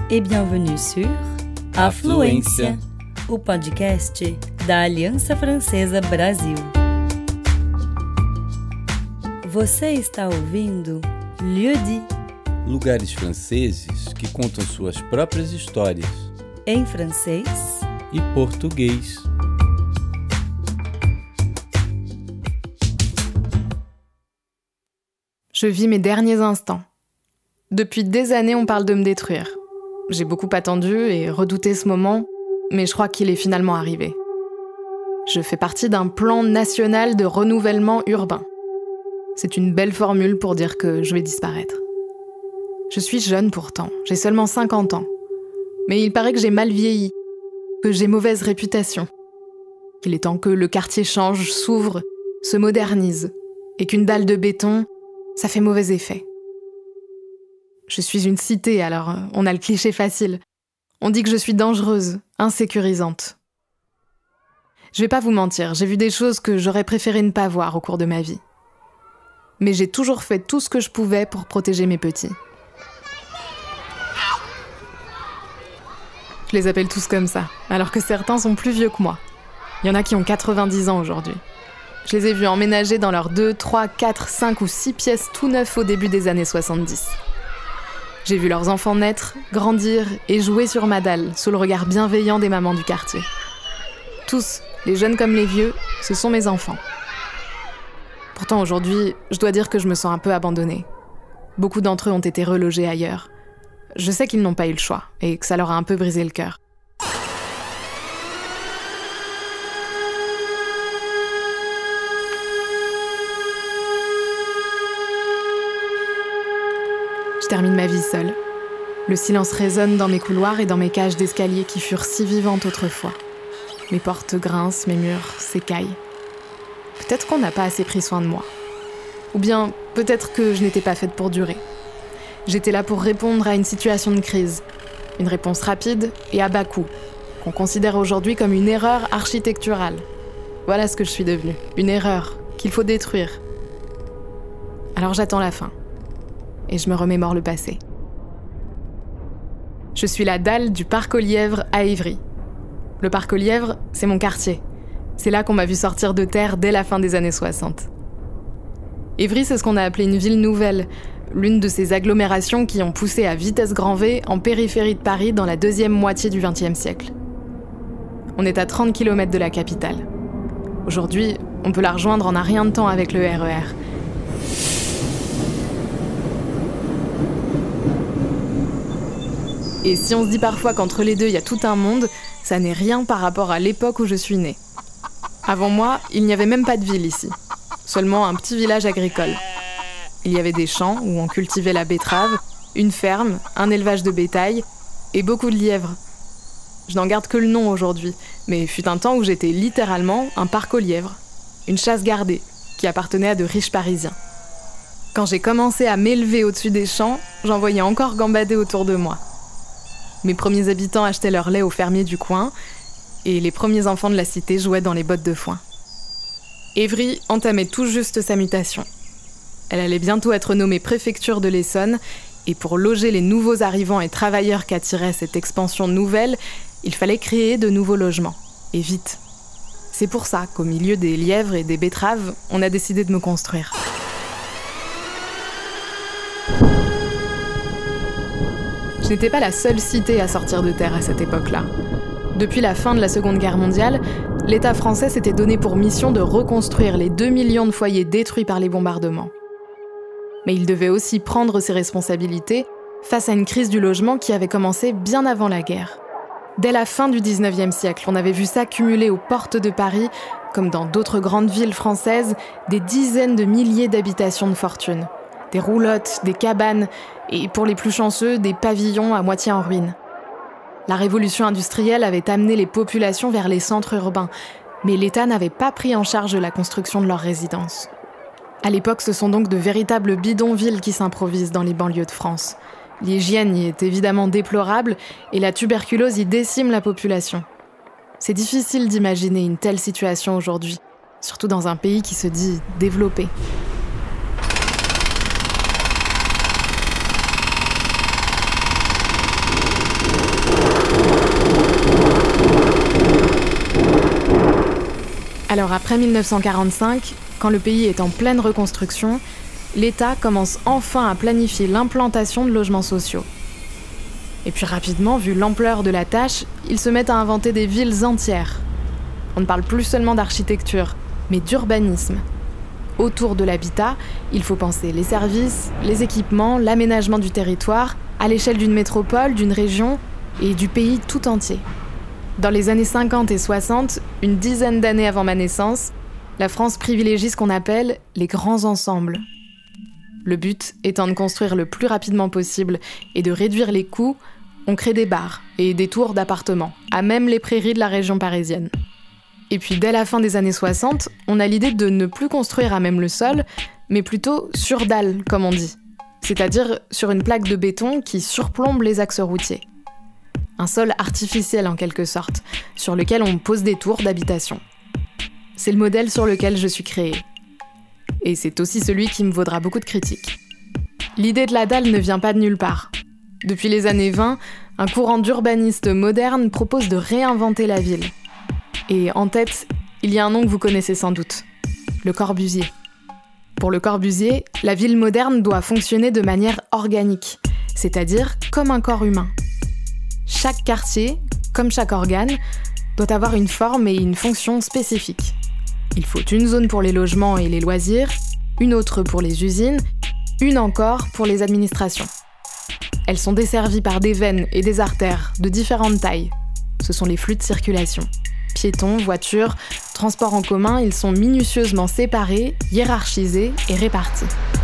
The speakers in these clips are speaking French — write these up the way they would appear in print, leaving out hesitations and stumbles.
e bienvenue sur Afluência, o podcast da Aliança Francesa Brasil. Você está ouvindo Lieu-dit, lugares franceses que contam suas próprias histórias, em francês e português. Je vis mes derniers instants. Depuis des années, on parle de me détruire. J'ai beaucoup attendu et redouté ce moment, mais je crois qu'il est finalement arrivé. Je fais partie d'un plan national de renouvellement urbain. C'est une belle formule pour dire que je vais disparaître. Je suis jeune pourtant, j'ai seulement 50 ans. Mais il paraît que j'ai mal vieilli, que j'ai mauvaise réputation. Qu'il est temps que le quartier change, s'ouvre, se modernise, et qu'une dalle de béton, ça fait mauvais effet. Je suis une cité, alors on a le cliché facile. On dit que je suis dangereuse, insécurisante. Je vais pas vous mentir, j'ai vu des choses que j'aurais préféré ne pas voir au cours de ma vie. Mais j'ai toujours fait tout ce que je pouvais pour protéger mes petits. Je les appelle tous comme ça, alors que certains sont plus vieux que moi. Il y en a qui ont 90 ans aujourd'hui. Je les ai vus emménager dans leurs 2, 3, 4, 5 ou 6 pièces tout neufs au début des années 70. J'ai vu leurs enfants naître, grandir et jouer sur ma dalle, sous le regard bienveillant des mamans du quartier. Tous, les jeunes comme les vieux, ce sont mes enfants. Pourtant aujourd'hui, je dois dire que je me sens un peu abandonnée. Beaucoup d'entre eux ont été relogés ailleurs. Je sais qu'ils n'ont pas eu le choix et que ça leur a un peu brisé le cœur. Je termine ma vie seule. Le silence résonne dans mes couloirs et dans mes cages d'escalier qui furent si vivantes autrefois. Mes portes grincent, mes murs s'écaillent. Peut-être qu'on n'a pas assez pris soin de moi. Ou bien, peut-être que je n'étais pas faite pour durer. J'étais là pour répondre à une situation de crise. Une réponse rapide et à bas coût, qu'on considère aujourd'hui comme une erreur architecturale. Voilà ce que je suis devenue. Une erreur qu'il faut détruire. Alors j'attends la fin. Et je me remémore le passé. Je suis la dalle du Parc aux Lièvres à Évry. Le Parc aux Lièvres, c'est mon quartier. C'est là qu'on m'a vu sortir de terre dès la fin des années 60. Évry, c'est ce qu'on a appelé une ville nouvelle, l'une de ces agglomérations qui ont poussé à vitesse grand V en périphérie de Paris dans la deuxième moitié du XXe siècle. On est à 30 km de la capitale. Aujourd'hui, on peut la rejoindre en un rien de temps avec le RER. Et si on se dit parfois qu'entre les deux, il y a tout un monde, ça n'est rien par rapport à l'époque où je suis née. Avant moi, il n'y avait même pas de ville ici. Seulement un petit village agricole. Il y avait des champs où on cultivait la betterave, une ferme, un élevage de bétail et beaucoup de lièvres. Je n'en garde que le nom aujourd'hui, mais fut un temps où j'étais littéralement un parc aux lièvres. Une chasse gardée, qui appartenait à de riches Parisiens. Quand j'ai commencé à m'élever au-dessus des champs, j'en voyais encore gambader autour de moi. Mes premiers habitants achetaient leur lait au fermier du coin et les premiers enfants de la cité jouaient dans les bottes de foin. Évry entamait tout juste sa mutation. Elle allait bientôt être nommée préfecture de l'Essonne et pour loger les nouveaux arrivants et travailleurs qu'attirait cette expansion nouvelle, il fallait créer de nouveaux logements, et vite. C'est pour ça qu'au milieu des lièvres et des betteraves, on a décidé de me construire. Je n'étais pas la seule cité à sortir de terre à cette époque-là. Depuis la fin de la Seconde Guerre mondiale, l'État français s'était donné pour mission de reconstruire les 2 millions de foyers détruits par les bombardements. Mais il devait aussi prendre ses responsabilités face à une crise du logement qui avait commencé bien avant la guerre. Dès la fin du XIXe siècle, on avait vu s'accumuler aux portes de Paris, comme dans d'autres grandes villes françaises, des dizaines de milliers d'habitations de fortune. Des roulottes, des cabanes, et pour les plus chanceux, des pavillons à moitié en ruine. La révolution industrielle avait amené les populations vers les centres urbains, mais l'État n'avait pas pris en charge la construction de leurs résidences. À l'époque, ce sont donc de véritables bidonvilles qui s'improvisent dans les banlieues de France. L'hygiène y est évidemment déplorable et la tuberculose y décime la population. C'est difficile d'imaginer une telle situation aujourd'hui, surtout dans un pays qui se dit développé. Alors après 1945, quand le pays est en pleine reconstruction, l'État commence enfin à planifier l'implantation de logements sociaux. Et puis rapidement, vu l'ampleur de la tâche, ils se mettent à inventer des villes entières. On ne parle plus seulement d'architecture, mais d'urbanisme. Autour de l'habitat, il faut penser les services, les équipements, l'aménagement du territoire, à l'échelle d'une métropole, d'une région et du pays tout entier. Dans les années 50 et 60, une dizaine d'années avant ma naissance, la France privilégie ce qu'on appelle les grands ensembles. Le but étant de construire le plus rapidement possible et de réduire les coûts, on crée des bars et des tours d'appartements, à même les prairies de la région parisienne. Et puis dès la fin des années 60, on a l'idée de ne plus construire à même le sol, mais plutôt sur dalle, comme on dit. C'est-à-dire sur une plaque de béton qui surplombe les axes routiers. Un sol artificiel en quelque sorte, sur lequel on pose des tours d'habitation. C'est le modèle sur lequel je suis créée. Et c'est aussi celui qui me vaudra beaucoup de critiques. L'idée de la dalle ne vient pas de nulle part. Depuis les années 20, un courant d'urbanistes modernes propose de réinventer la ville. Et en tête, il y a un nom que vous connaissez sans doute, Le Corbusier. Pour Le Corbusier, la ville moderne doit fonctionner de manière organique, c'est-à-dire comme un corps humain. Chaque quartier, comme chaque organe, doit avoir une forme et une fonction spécifiques. Il faut une zone pour les logements et les loisirs, une autre pour les usines, une encore pour les administrations. Elles sont desservies par des veines et des artères de différentes tailles. Ce sont les flux de circulation. Piétons, voitures, transports en commun, ils sont minutieusement séparés, hiérarchisés et répartis.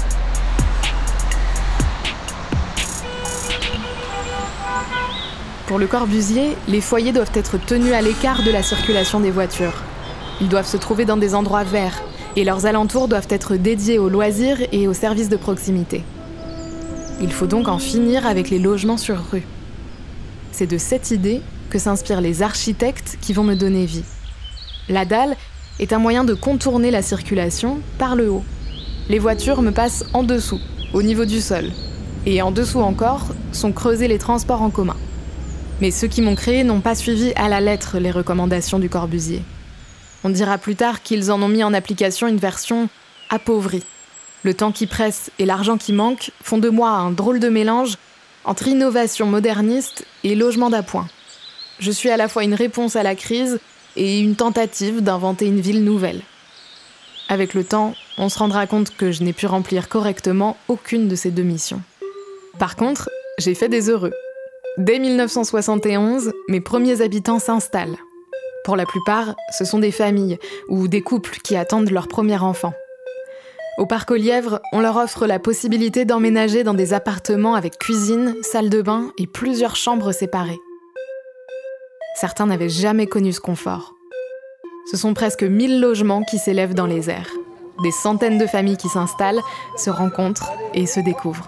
Pour Le Corbusier, les foyers doivent être tenus à l'écart de la circulation des voitures. Ils doivent se trouver dans des endroits verts et leurs alentours doivent être dédiés aux loisirs et aux services de proximité. Il faut donc en finir avec les logements sur rue. C'est de cette idée que s'inspirent les architectes qui vont me donner vie. La dalle est un moyen de contourner la circulation par le haut. Les voitures me passent en dessous, au niveau du sol. Et en dessous encore sont creusés les transports en commun. Mais ceux qui m'ont créé n'ont pas suivi à la lettre les recommandations du Corbusier. On dira plus tard qu'ils en ont mis en application une version appauvrie. Le temps qui presse et l'argent qui manque font de moi un drôle de mélange entre innovation moderniste et logement d'appoint. Je suis à la fois une réponse à la crise et une tentative d'inventer une ville nouvelle. Avec le temps, on se rendra compte que je n'ai pu remplir correctement aucune de ces deux missions. Par contre, j'ai fait des heureux. Dès 1971, mes premiers habitants s'installent. Pour la plupart, ce sont des familles ou des couples qui attendent leur premier enfant. Au Parc aux Lièvres, on leur offre la possibilité d'emménager dans des appartements avec cuisine, salle de bain et plusieurs chambres séparées. Certains n'avaient jamais connu ce confort. Ce sont presque 1000 logements qui s'élèvent dans les airs. Des centaines de familles qui s'installent, se rencontrent et se découvrent.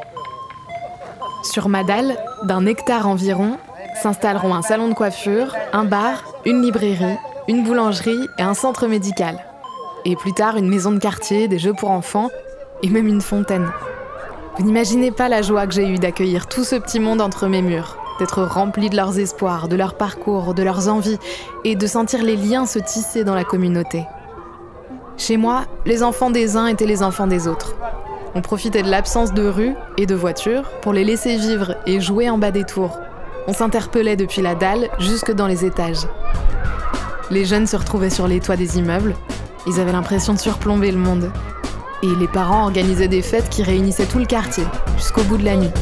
Sur ma dalle, d'1 hectare environ, s'installeront un salon de coiffure, un bar, une librairie, une boulangerie et un centre médical. Et plus tard, une maison de quartier, des jeux pour enfants et même une fontaine. Vous n'imaginez pas la joie que j'ai eue d'accueillir tout ce petit monde entre mes murs, d'être rempli de leurs espoirs, de leur parcours, de leurs envies et de sentir les liens se tisser dans la communauté. Chez moi, les enfants des uns étaient les enfants des autres. On profitait de l'absence de rue et de voitures pour les laisser vivre et jouer en bas des tours. On s'interpellait depuis la dalle jusque dans les étages. Les jeunes se retrouvaient sur les toits des immeubles. Ils avaient l'impression de surplomber le monde. Et les parents organisaient des fêtes qui réunissaient tout le quartier, jusqu'au bout de la nuit.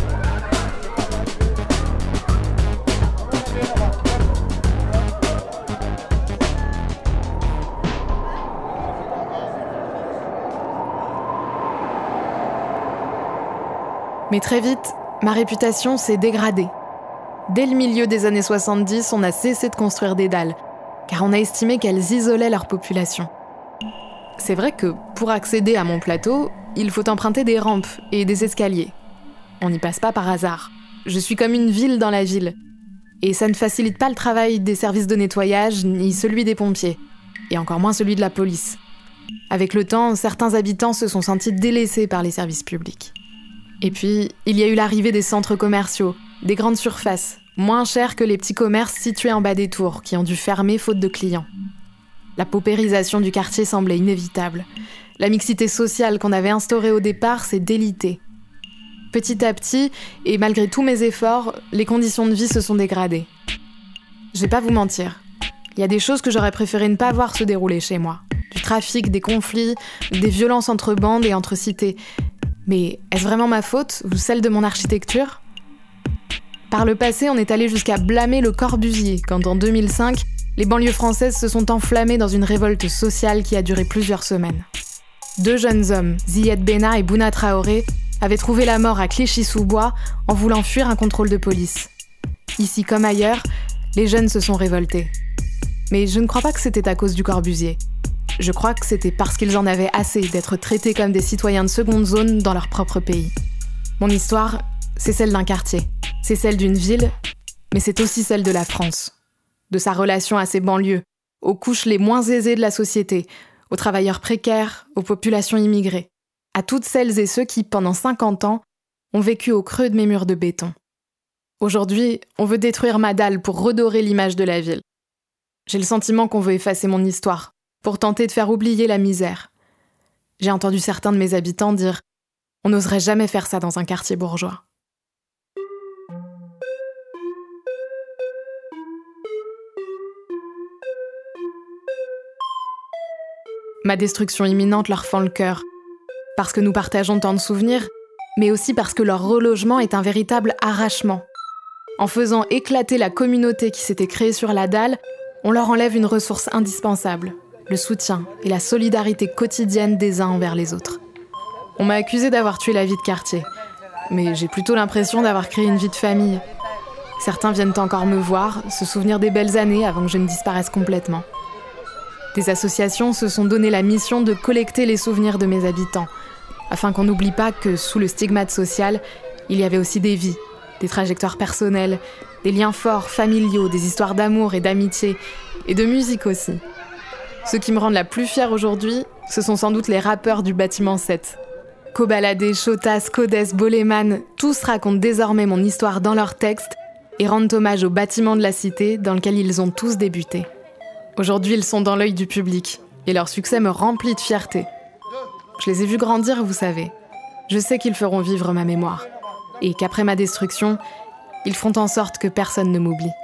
Mais très vite, ma réputation s'est dégradée. Dès le milieu des années 70, on a cessé de construire des dalles, car on a estimé qu'elles isolaient leur population. C'est vrai que pour accéder à mon plateau, il faut emprunter des rampes et des escaliers. On n'y passe pas par hasard. Je suis comme une ville dans la ville. Et ça ne facilite pas le travail des services de nettoyage, ni celui des pompiers, et encore moins celui de la police. Avec le temps, certains habitants se sont sentis délaissés par les services publics. Et puis, il y a eu l'arrivée des centres commerciaux, des grandes surfaces, moins chères que les petits commerces situés en bas des tours, qui ont dû fermer faute de clients. La paupérisation du quartier semblait inévitable. La mixité sociale qu'on avait instaurée au départ s'est délitée. Petit à petit, et malgré tous mes efforts, les conditions de vie se sont dégradées. Je vais pas vous mentir, il y a des choses que j'aurais préféré ne pas voir se dérouler chez moi. Du trafic, des conflits, des violences entre bandes et entre cités. Mais est-ce vraiment ma faute, ou celle de mon architecture ? Par le passé, on est allé jusqu'à blâmer le Corbusier, quand en 2005, les banlieues françaises se sont enflammées dans une révolte sociale qui a duré plusieurs semaines. 2 jeunes hommes, Ziyad Benna et Bouna Traoré, avaient trouvé la mort à Clichy-sous-Bois en voulant fuir un contrôle de police. Ici comme ailleurs, les jeunes se sont révoltés. Mais je ne crois pas que c'était à cause du Corbusier. Je crois que c'était parce qu'ils en avaient assez d'être traités comme des citoyens de seconde zone dans leur propre pays. Mon histoire, c'est celle d'un quartier. C'est celle d'une ville, mais c'est aussi celle de la France. De sa relation à ses banlieues, aux couches les moins aisées de la société, aux travailleurs précaires, aux populations immigrées, à toutes celles et ceux qui, pendant 50 ans, ont vécu au creux de mes murs de béton. Aujourd'hui, on veut détruire ma dalle pour redorer l'image de la ville. J'ai le sentiment qu'on veut effacer mon histoire, pour tenter de faire oublier la misère. J'ai entendu certains de mes habitants dire « On n'oserait jamais faire ça dans un quartier bourgeois ». Ma destruction imminente leur fend le cœur, parce que nous partageons tant de souvenirs, mais aussi parce que leur relogement est un véritable arrachement. En faisant éclater la communauté qui s'était créée sur la dalle, on leur enlève une ressource indispensable, le soutien et la solidarité quotidienne des uns envers les autres. On m'a accusée d'avoir tué la vie de quartier, mais j'ai plutôt l'impression d'avoir créé une vie de famille. Certains viennent encore me voir, se souvenir des belles années avant que je ne disparaisse complètement. Des associations se sont donné la mission de collecter les souvenirs de mes habitants, afin qu'on n'oublie pas que sous le stigmate social, il y avait aussi des vies, des trajectoires personnelles, des liens forts, familiaux, des histoires d'amour et d'amitié, et de musique aussi. Ceux qui me rendent la plus fière aujourd'hui, ce sont sans doute les rappeurs du bâtiment 7. Kobalade, Chotas, Codes, Boleman, tous racontent désormais mon histoire dans leurs textes et rendent hommage au bâtiment de la cité dans lequel ils ont tous débuté. Aujourd'hui, ils sont dans l'œil du public, et leur succès me remplit de fierté. Je les ai vus grandir, vous savez. Je sais qu'ils feront vivre ma mémoire, et qu'après ma destruction, ils feront en sorte que personne ne m'oublie.